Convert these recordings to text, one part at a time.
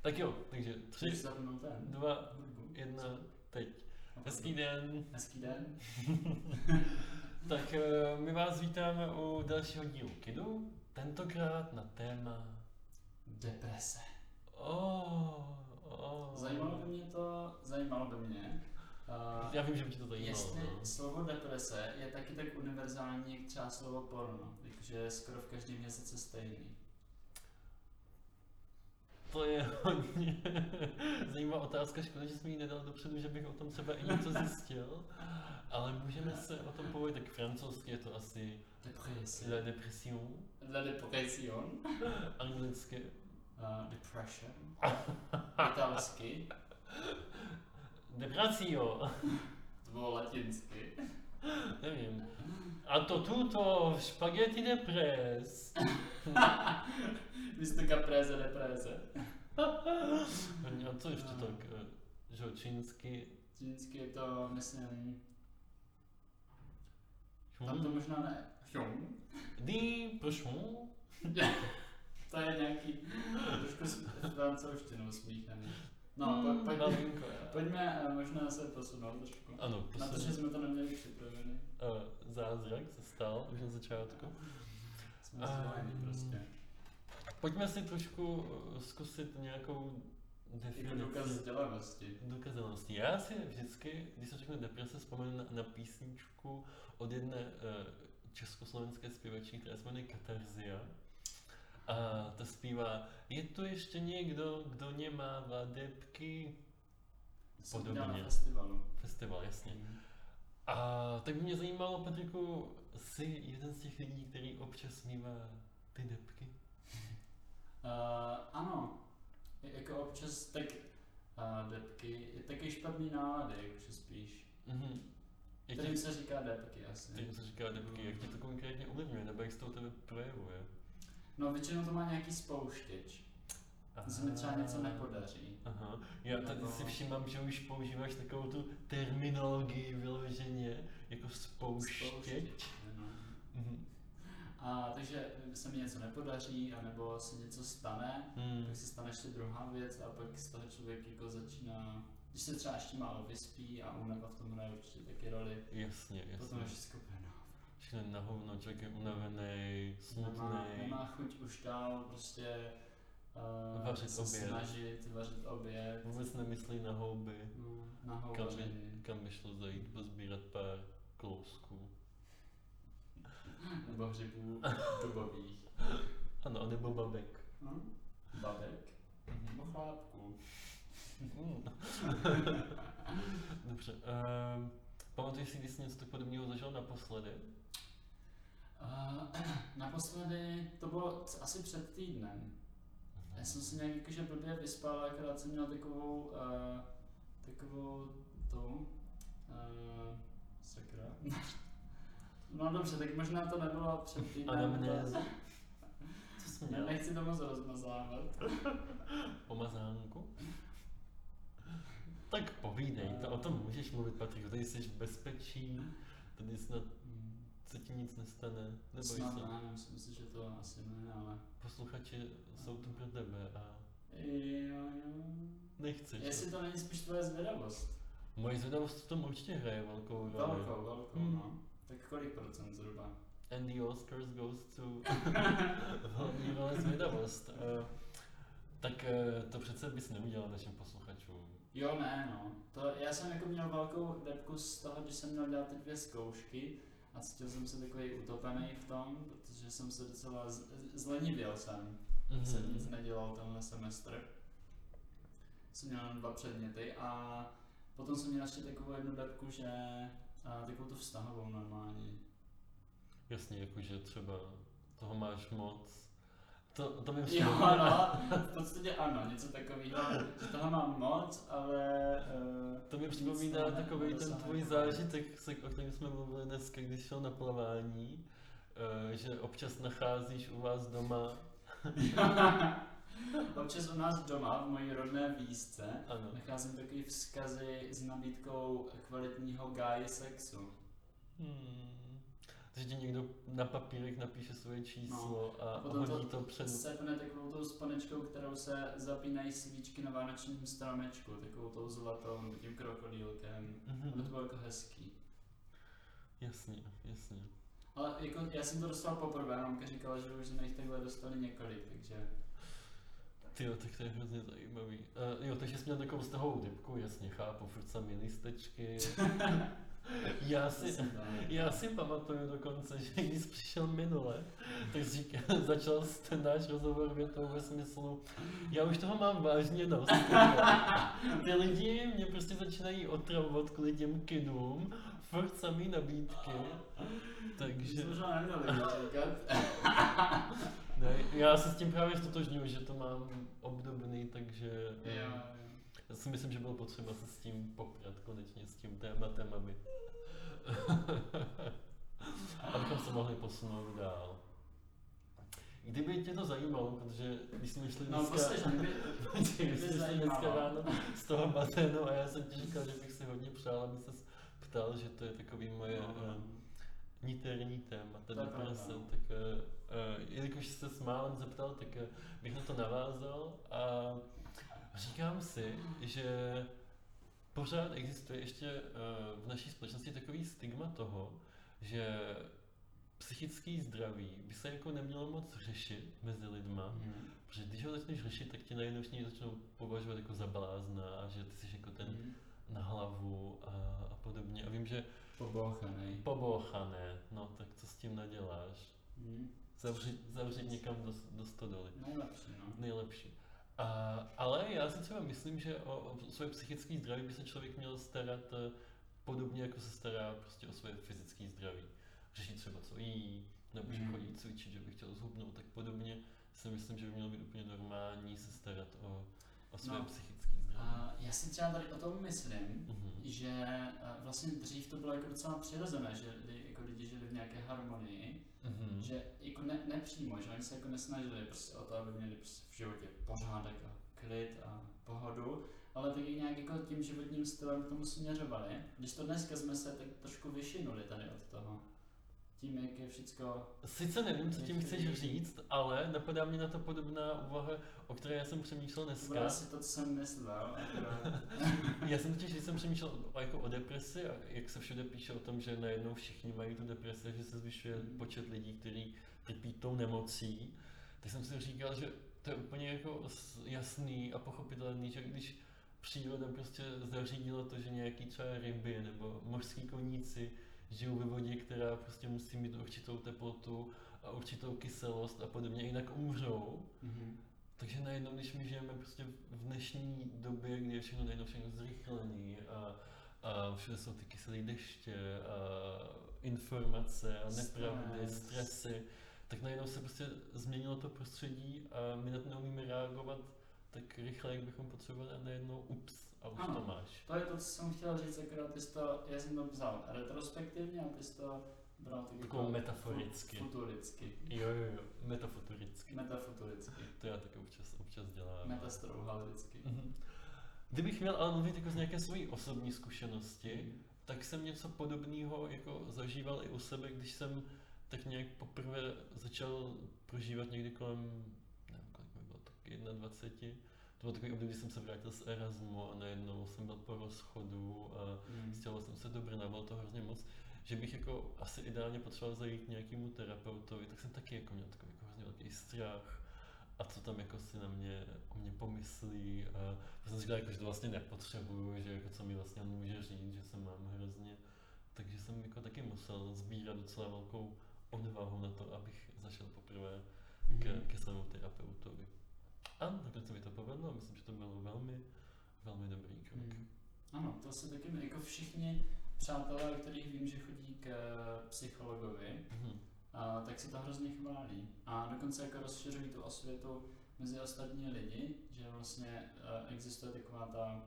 Tak jo, takže 3, Když zapnul ten. 2, 1, teď. Hezký den. Hezký den. Tak my vás vítáme u dalšího dílu Kidu, tentokrát na téma Deprese. Zajímalo by mě. Já vím, že by tě to zajímalo. Jestli slovo deprese je taky tak univerzální, jak třeba slovo porno, takže je skoro v každém jazyce stejný. To je hodně zajímavá otázka, škoda, že jsem ji nedal dopředu, že bych o tom třeba i něco zjistil, ale můžeme se o tom povědět, tak francouzsky je to asi La Depression. La Depression. Anglicky. Depression. Italsky. Depresio. To bylo latinsky. Nevím. A to tuto špagety depres. Místo caprese deprese. A co ještě tak, že čínsky? Čínsky je to, myslím... Tam to možná ne. Di prochon. To je nějaký trošku francouzštinou smíchaný. No, pojďme možná se posunout trošku. Ano, na to, že jsme to neměli připravený. Zázrak se stal už na začátku. Jsme zvolení prostě. Pojďme si trošku zkusit nějakou definici. Důkaz Dokazanosti. Já si vždycky, když se řekne deprese, vzpomenu na písničku od jedné československé zpěvačky, která se jmenuje Katarzia. A ta zpívá, je tu ještě někdo, kdo nemává depky? Podobně. Festival, jasně. A tak by mě zajímalo, Patriku, jsi jeden z těch lidí, který občas mívá ty depky? Ano, jako občas tak depky, je taky špatný nálady, jakože spíš. Kterým se říká depky asi. Kterým se říká depky, jak ti to konkrétně ovlivňuje, nebo jak se to u tebe projevuje? No většinou to má nějaký spouštěč. To se mi třeba něco nepodaří. Aha, já tady si všimám, že už používáš takovou tu terminologii vyloženě, jako spouštěč. A takže se mi něco nepodaří, anebo se něco stane, tak se stane ještě druhá věc a pak z toho člověk jako začíná, když se třeba ještě málo vyspí a únava v tom hraje určitě taky roli. Jasně. Potom je všechno všechno na hovno, člověk je unavený, smutný. Nemá chuť už dál prostě vařit oběd. Vůbec nemyslí na houby. Na houbaření. Kam by šlo zajít, pozbírat pár klousků. Nebo hřibů dubových. Ano, nebo babek. Babek? Nebo chlápků. Dobře. Pamatuješ si, když jsi něco tak podobného zažil naposledy? Naposledy to bylo asi před týdnem. Já jsem si nějak jakože blbě vyspal, akorát jsem měl takovou sakra. No dobře, tak možná to nebylo před týdnem. Anamnézu. Co jsi měl? Nechci to moc rozmazávat. Pomazánku? Tak povídej, o tom můžeš mluvit, Patrik, tady jsi v bezpečí, tady snad se ti nic nestane, neboj se. Snad ne, myslím si, že to asi ne, ale... Posluchači jsou tu pro tebe a... Jo. Nechceš. Jestli to není spíš tvoje zvědavost. Moje zvědavost v tom určitě hraje velkou roli. Velkou, no. Tak kolik procent zhruba? And the Oscars goes to... velmi roli zvědavost. Tak to přece bys neudělal našim posluchačům. Jo, ne, no. Já jsem jako měl velkou depku z toho, když jsem měl dělat ty 2 zkoušky a cítil jsem se takový utopený v tom, protože jsem se docela zlenivěl jsem. Jsem nic nedělal tenhle semestr. Jsem měl 2 předměty a potom jsem měl ještě takovou jednu depku, že takovou tu vztahovou normální. Jasně, jakože třeba toho máš moc. To mi Jo, no, v podstatě ano, něco takového, že toho mám moc, ale... To mi připomíná takový ten tvůj zážitek, o kterém jsme mluvili dneska, když šel na plavání, že občas nacházíš u vás doma... Občas u nás doma, v mojí rodné výzce, ano. Nacházím takový vzkazy s nabídkou kvalitního gáje sexu. Takže ti někdo na papírek napíše svoje číslo a potom hodí to před... sepne takovou tou sponečkou, kterou se zapínají svíčky na vánočním stromečku, takovou tou zlatou, nebo tím krokodýlkem. To bylo jako hezký. Jasně. Ale jako, já jsem to dostal poprvé, mamka říkala, že už jsme jich takhle dostali několik, takže... Tyjo, tak to je hrozně zajímavý. Jo, takže jsi měl takovou vztahovou dipku, jasně, chápu, furt samý lístečky. Já si pamatuju dokonce, že když jsi přišel minule, tak začal ten náš rozhovor větou ve smyslu, já už toho mám vážně dost. Ty lidi mě prostě začínají otravovat kvůli těm kidům, furt samý nabídky, takže... Možná neměli říkat. Ne, já se s tím právě stotožňuji, že to mám obdobný, takže... Já si myslím, že bylo potřeba se s tím poprat konečně, s tím tématem, abychom se mohli posunout dál. Kdyby tě to zajímalo, protože když jsme šli dneska ráno z toho bazénu a já jsem ti říkal, že bych si hodně přál, aby ses ptal, že to je takový moje niterní téma, ta deprese, tak jelikož jste s málem zeptal, tak bych na to navázal a říkám si, že pořád existuje ještě v naší společnosti takový stigma toho, že psychický zdraví by se jako nemělo moc řešit mezi lidma, protože když ho začneš řešit, tak tě najednou všichni začnou považovat jako za blázna a že ty jsi jako ten na hlavu a podobně. A vím, že... Pobouchané, no tak co s tím naděláš? Zavřít někam do stodoly. Nejlepší. Ale já si třeba myslím, že o své psychické zdraví by se člověk měl starat podobně, jako se stará prostě o své fyzické zdraví. Řešit třeba co jí, nebo že chodí cvičit, že by chtěl zhubnout, tak podobně si myslím, že by mělo být úplně normální se starat o své psychické zdraví. Já si třeba tady o tom myslím, že vlastně dřív to bylo jako docela přirozené, že jako lidi žili v nějaké harmonii, že jako nepřímo, že oni se jako nesnažili prostě o to, aby měli prostě v životě pořádek a klid a pohodu, ale taky nějak jako tím životním stylem k tomu směřovali. Když to dneska jsme se tak trošku vyšinuli tady od toho. Tím, jak je všecko... Sice nevím, co tím chceš říct, ale napadá mě na to podobná úvaha, o které já jsem přemýšlel dneska. To bylo asi to, co jsem myslel. Já jsem totiž, když jsem přemýšlel o depresi a jak se všude píše o tom, že najednou všichni mají tu depresi, že se zvyšuje počet lidí, kteří trpí tou nemocí, tak jsem si říkal, že to je úplně jako jasný a pochopitelný, že když příroda prostě zařídila to, že nějaký třeba ryby nebo mořský koníci žijou ve vodě, která prostě musí mít určitou teplotu a určitou kyselost a podobně, jinak umřou. Takže najednou, když my žijeme prostě v dnešní době, kdy je všechno zrychlený a všude jsou ty kyselé deště a informace a nepravdy, stresy, tak najednou se prostě změnilo to prostředí a my na to neumíme reagovat tak rychle, jak bychom potřebovali a najednou a už to máš. To je to, co jsem chtěl říct, akorát ty jsi to, já jsem to vzal retrospektivně a ty jsi to bral tak jako metaforicky. Futuricky. Jo, metafuturicky. To já taky občas dělám. Metastrouhalicky. Kdybych měl ale mluvit jako z nějaké své osobní zkušenosti, tak jsem něco podobného jako zažíval i u sebe, když jsem tak nějak poprvé začal prožívat někdy kolem, nevím, kolik mi bylo, tak 21. To bylo takový období, kdy jsem se vrátil z Erasmu a najednou jsem byl po rozchodu a stěhoval jsem se do Brna, bylo to hrozně moc, že bych jako asi ideálně potřeboval zajít k nějakému terapeutovi, tak jsem taky jako měl takový jako hrozně velký strach a co tam jako si o mě pomyslí a jsem říkal, jako, že to vlastně nepotřebuju, že jako co mi vlastně může říct, že se mám hrozně, takže jsem jako taky musel sbírat docela velkou odvahu na to, abych zašel poprvé ke svému terapeutovi. A nakonec se mi to povedlo, myslím, že to bylo velmi, velmi dobrý krok. Ano, to se taky jako všichni přátelé, kterých vím, že chodí k psychologovi, tak si to hrozně chválí. A dokonce jako rozšiřují tu osvětu mezi ostatní lidi, že vlastně existuje taková ta,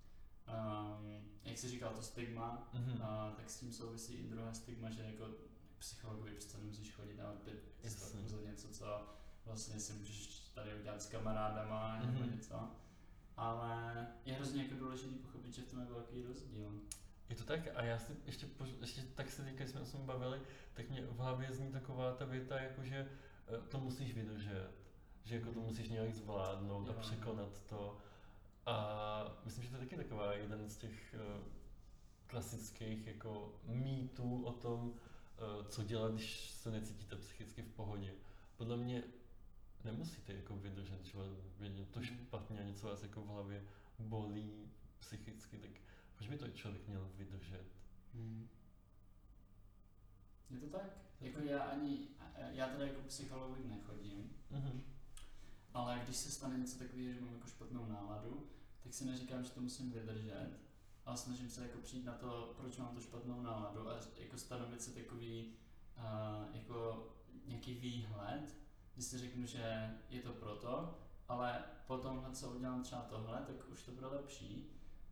jak jsi říkal, to stigma, tak s tím souvisí i druhé stigma, že jako psychologovi přece nemusíš chodit, ale ty za něco, co vlastně si můžeš tady udělat s kamarádama nebo něco. Ale je hrozně jako důležitý pochopit, že v tom je velký rozdíl. Je to tak a já si ještě tak se když jsme o tom bavili, tak mě v hlavě zní taková ta věta, jakože to musíš vydržet. že jako to musíš nějak zvládnout a Jo. překonat to. A myslím, že to je taky taková jeden z těch klasických jako mýtů o tom, co dělat, když se necítíte psychicky v pohodě. Podle mě nemusíte jako vydržet, že je to špatně a něco vás jako v hlavě bolí psychicky, tak proč by to člověk měl vydržet? Je to tak? Jako já teda jako psycholog nechodím, ale když se stane něco takového, že mám jako špatnou náladu, tak si neříkám, že to musím vydržet, ale snažím se jako přijít na to, proč mám tu špatnou náladu a jako stanovit si takový jako nějaký výhled, kdy si řeknu, že je to proto, ale potom, co udělám třeba tohle, tak už to bude lepší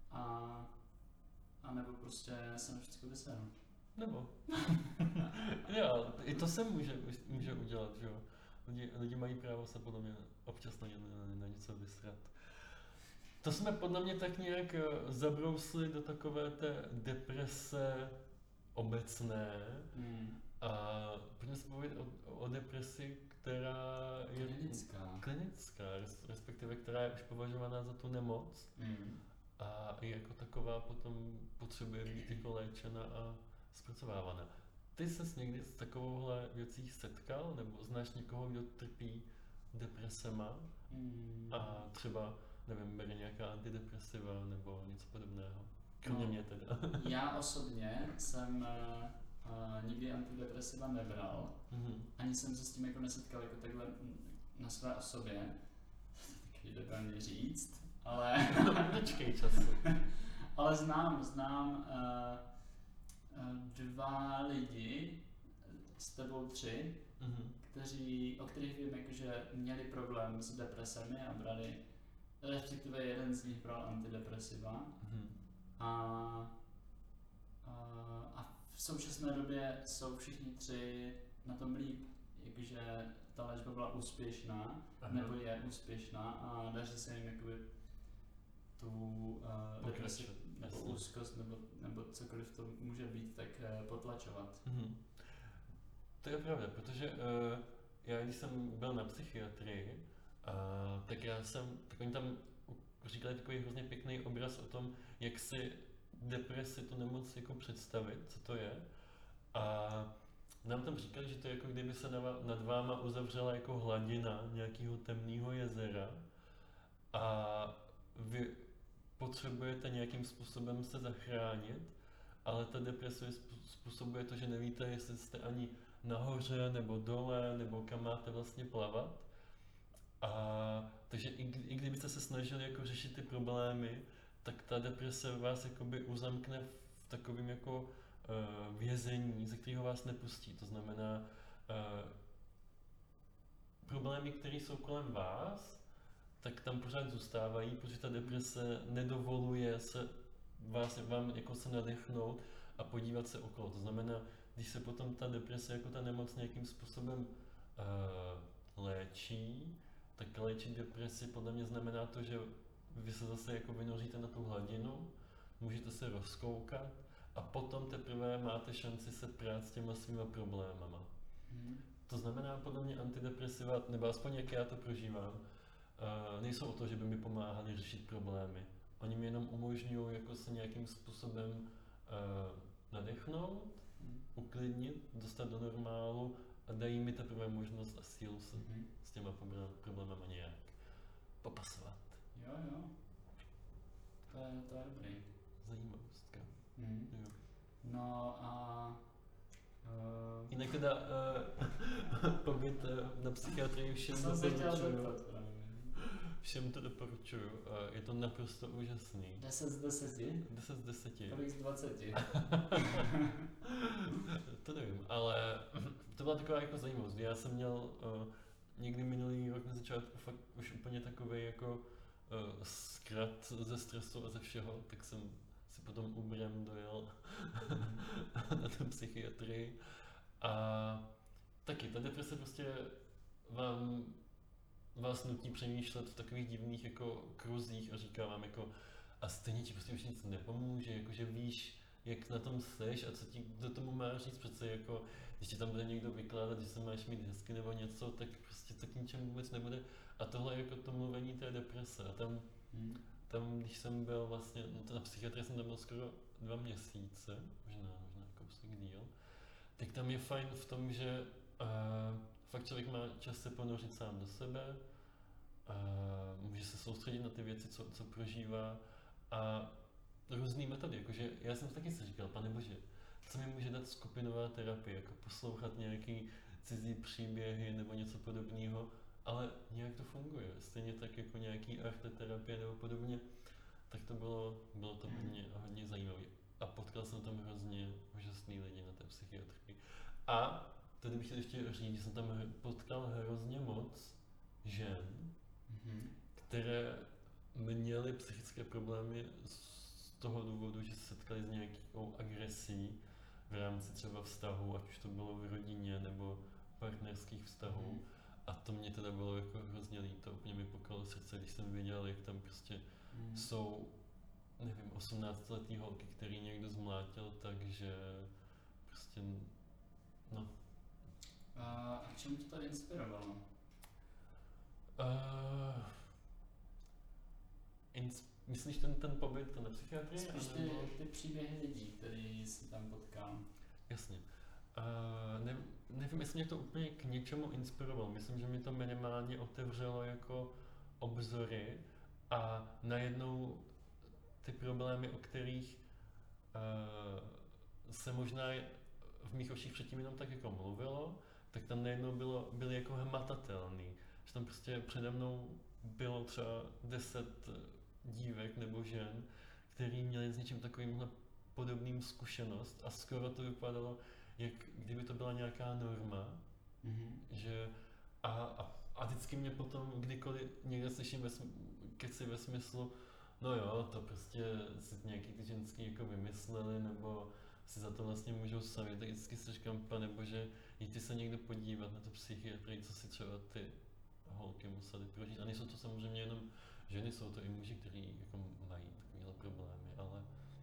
a nebo prostě se na všechno vyseru. Nebo. Jo, i to se může udělat, že jo. Lidi mají právo se podle mě občas na něco vysrat. To jsme podle mě tak nějak zabrousli do takové té deprese obecné. A pojďme se povědět o depresi, která je klinická, respektive která je už považovaná za tu nemoc. A jako taková potom potřebuje být jako léčena a zpracovávána. Ty ses někdy s takovouhle věcí setkal, nebo znáš někoho, kdo trpí depresema a třeba, nevím, bere nějaká antidepresiva nebo něco podobného? Kromě mě teda. Já osobně jsem nikdy antidepresiva nebral, ani jsem se s tím jako nesetkal jako takhle na své osobě, takový debilní říct, ale... Počkej času. Ale znám dva lidi, s tebou 3, o kterých vím, jako, že měli problém s depresemi a brali, respektive jeden z nich bral antidepresiva. A v současné době jsou všichni 3 na tom líp, jakože ta léčba byla úspěšná, nebo je úspěšná a daří se jim jakoby tu depresi nebo úzkost nebo cokoliv to může být, tak potlačovat. To je pravda, protože já když jsem byl na psychiatrii, tak oni tam říkali takový hrozně pěkný obraz o tom, jak si depresi, tu nemoc jako představit, co to je. A nám tam říkali, že to je jako kdyby se nad váma uzavřela jako hladina nějakého temného jezera a vy potřebujete nějakým způsobem se zachránit, ale ta deprese způsobuje to, že nevíte, jestli jste ani nahoře nebo dole, nebo kam máte vlastně plavat. Takže i kdybyste se snažili jako řešit ty problémy, tak ta deprese vás jakoby uzamkne v takovém jako vězení, ze kterého vás nepustí. To znamená, problémy, které jsou kolem vás, tak tam pořád zůstávají, protože ta deprese nedovoluje vám jako se nadechnout a podívat se okolo. To znamená, když se potom ta deprese jako ta nemoc nějakým způsobem léčí, tak léčit depresi podle mě znamená to, že vy se zase jako vynoříte na tu hladinu, můžete se rozkoukat a potom teprve máte šanci se prát s těma svýma problémama. To znamená podle mě antidepresiva, nebo aspoň jak já to prožívám, nejsou o to, že by mi pomáhali řešit problémy. Oni mi jenom umožňují jako se nějakým způsobem nadechnout, uklidnit, dostat do normálu a dají mi teprve možnost a sílu se s těma problémama nějak popasovat. Jo. To je dobrý. Zajímavostka. Jo. No a... Jinak teda pobyt na psychiatrii všem to doporučuju. Je to naprosto úžasný. 10 z 10? 10 z 10. Kolik z 20? To nevím, ale to byla taková jako zajímavost. Já jsem měl někdy minulý rok na začátku fakt už úplně takovej jako zkrat ze stresu a ze všeho, tak jsem si potom Uberem dojel na tu psychiatrii. A taky ta deprese prostě vás nutí přemýšlet v takových divných jako kruzích a říká vám jako a stejně ti prostě už nic nepomůže, jakože víš, jak na tom seš a co ti do tomu má říct, přece jako, když ti tam bude někdo vykládat, že se máš mít hezky nebo něco, tak prostě to k ničemu vůbec nebude. A tohle je jako to mluvení té deprese. A tam když jsem byl vlastně, na psychiatrii jsem tam byl skoro 2 měsíce, možná kousek díl, tak tam je fajn v tom, že fakt člověk má čas se ponořit sám do sebe, může se soustředit na ty věci, co prožívá a různý metody, jakože já jsem taky si říkal, pane bože, co mi může dát skupinová terapie, jako poslouchat nějaký cizí příběhy nebo něco podobného, ale nějak to funguje, stejně tak jako nějaký arteterapie nebo podobně, tak to bylo to hodně zajímavé. A potkal jsem tam hrozně úžasný lidi na té psychiatrii. A tady bych chtěl ještě říct, že jsem tam potkal hrozně moc žen, které měly psychické problémy z toho důvodu, že se setkali s nějakou agresí v rámci třeba vztahu, ať už to bylo v rodině nebo partnerských vztahů. A to mě teda bylo jako hrozně líto, úplně mi pokolo srdce, když jsem viděl, jak tam prostě jsou, nevím, 18letý holky, který někdo zmlátil, takže prostě, no. A k čemu to tady inspirovalo? Myslíš ten pobyt na psychiatrii? Spíš ty příběhy lidí, který si tam potkal. Jasně. Nevím, jestli mě to úplně k něčemu inspirovalo. Myslím, že mi to minimálně otevřelo jako obzory a najednou ty problémy, o kterých se možná v mých očích předtím jenom tak jako mluvilo, tak tam najednou byly jako hmatatelný. Že tam prostě přede mnou bylo třeba 10 dívek nebo žen, který měli s něčím takovýmhle podobným zkušenost a skoro to vypadalo, jak kdyby to byla nějaká norma, že a vždycky mě potom, kdykoliv někde slyším keci ve smyslu, no jo, to prostě si nějaký ty ženský jako vymysleli, nebo si za to vlastně můžou sami, tak vždycky si říkám, pane bože, jděte se někdo podívat na tu psychiatrii, co si třeba ty holky museli prožít. A nejsou to samozřejmě jenom ženy, jsou to i muži, kteří jako mají takovéhle problémy, ale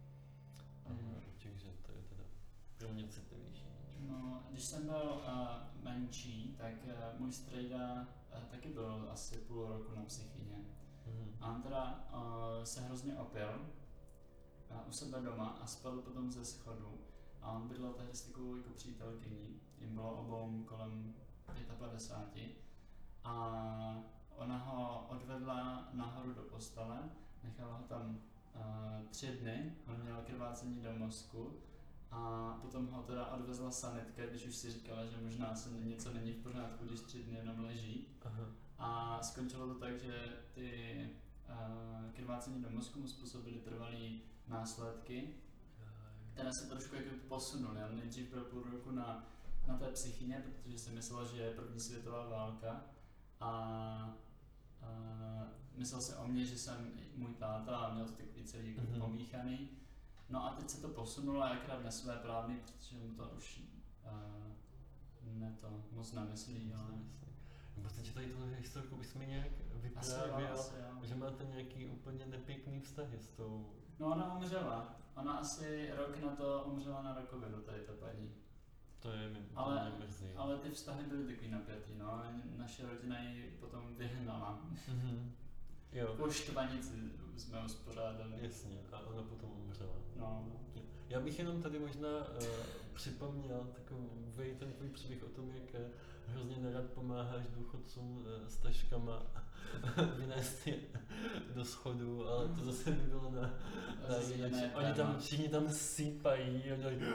takže to je teda pro mě citlivější. No, když jsem byl menší, tak můj strejda taky byl asi půl roku na psychině. A on teda se hrozně opil u sebe doma a spadl potom ze schodu. A on bydlel tehdy s takovou jako přítelkyní, jim bylo obou kolem 55. A ona ho odvedla nahoru do postele, nechala ho tam 3 dny, on měl krvácení do mozku a potom ho teda odvezla sanitka, když už si říkala, že možná se něco není v pořádku, když 3 dny jenom leží. Aha. A skončilo to tak, že ty krvácení do mozku mu způsobily trvalé následky, které se trošku jako posunuly. On nejdřív byl půl roku na té psychině, protože si myslel, že je první světová válka a myslel se o mě, že jsem můj táta a měl to takový celý jako pomíchaný. No a teď se to posunulo akorát nesvéprávný, protože mu to už moc nemyslí. V podstatě tady tuhle historku bys mi nějak vyprávěl, že máte nějaký úplně nepěkný vztahy s tou... No ona umřela. Ona asi rok na to umřela na rakovinu, tady ta paní. To je mi mrzí. Ale ty vztahy byly takový napětý, no. Naše rodina ji potom vyhnala. Jo. Po štvanici jsme uspořádali. Jasně, a ona potom umřela. No. Já bych jenom tady možná připomněl takový ten tvůj příběh o tom, jak hrozně nerad pomáháš důchodcům s taškama vynést je do schodu, ale to zase by bylo na jinak. Oni tam všichni tam sypají.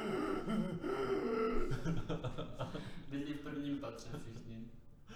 Byli v prvním patře všichni.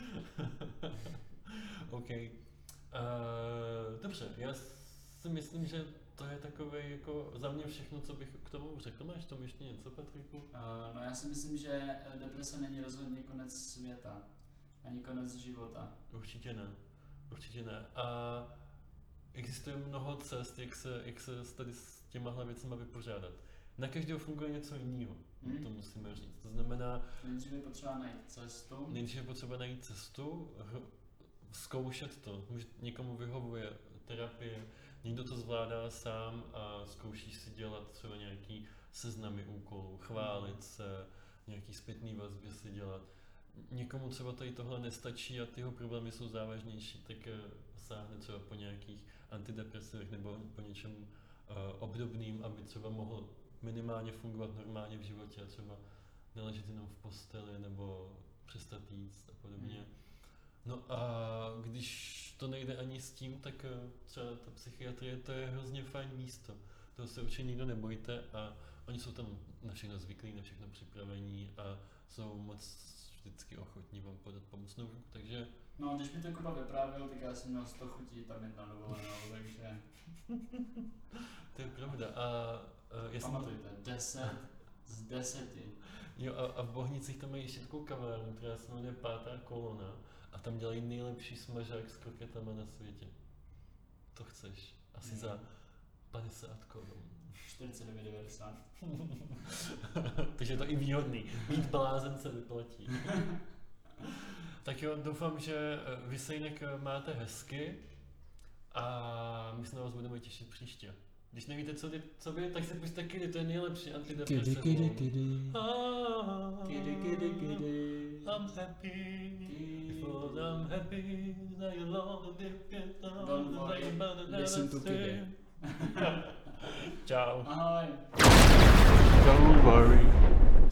OK. Dobře, já si myslím, že to je takové jako za mě všechno, co bych k tomu řekl. Máš tomu ještě něco, Patriku? No já si myslím, že deprese není rozhodně konec světa, ani konec života. Určitě ne. Určitě ne. A existuje mnoho cest, jak se tady s těmahle věcma vypořádat. Na každého funguje něco jiného, to musíme říct. To znamená... Nejdřív je potřeba najít cestu. Zkoušet to. Někomu vyhovuje terapie, někdo to zvládá sám a zkouší si dělat třeba nějaký seznamy úkolů, chválit se, nějaký zpětný vazby si dělat. Někomu třeba tady tohle nestačí a tyho problémy jsou závažnější, tak sáhne třeba po nějakých antidepresivech nebo po něčem obdobným, aby třeba mohl minimálně fungovat normálně v životě a třeba neležet jenom v posteli nebo přestat jíst a podobně. No a když to nejde ani s tím, tak třeba ta psychiatrie, to je hrozně fajn místo. Toho se určitě nikdo nebojte a oni jsou tam na všechno zvyklí, na všechno připravení a jsou moc vždycky ochotní vám podat pomocnou ruku, takže... No, když mi to Kuba vyprávěl, tak já jsem měl 100 chutí tam jít na dovolenou, takže... To je pravda a... Pamatujte, 10 z 10. Jo a v Bohnicích tam mají ještě takovou kavárnu, která se jmenuje Pátá kolona a tam dělají nejlepší smažák s kroketama na světě. To chceš. Asi za 50 korun. 49,90. Takže je to i výhodný. Být blázen se vyplatí. Tak jo, doufám, že vy se jinak máte hezky a my se na vás budeme těšit příště. Když nevíte, co by, tak se pusťte Kiddy, to je nejlepší antidepresivum. Kiddy. I'm happy, because I'm happy, that you'll all Don't worry, listen to Kiddy. Ciao. Ahoj. Don't worry.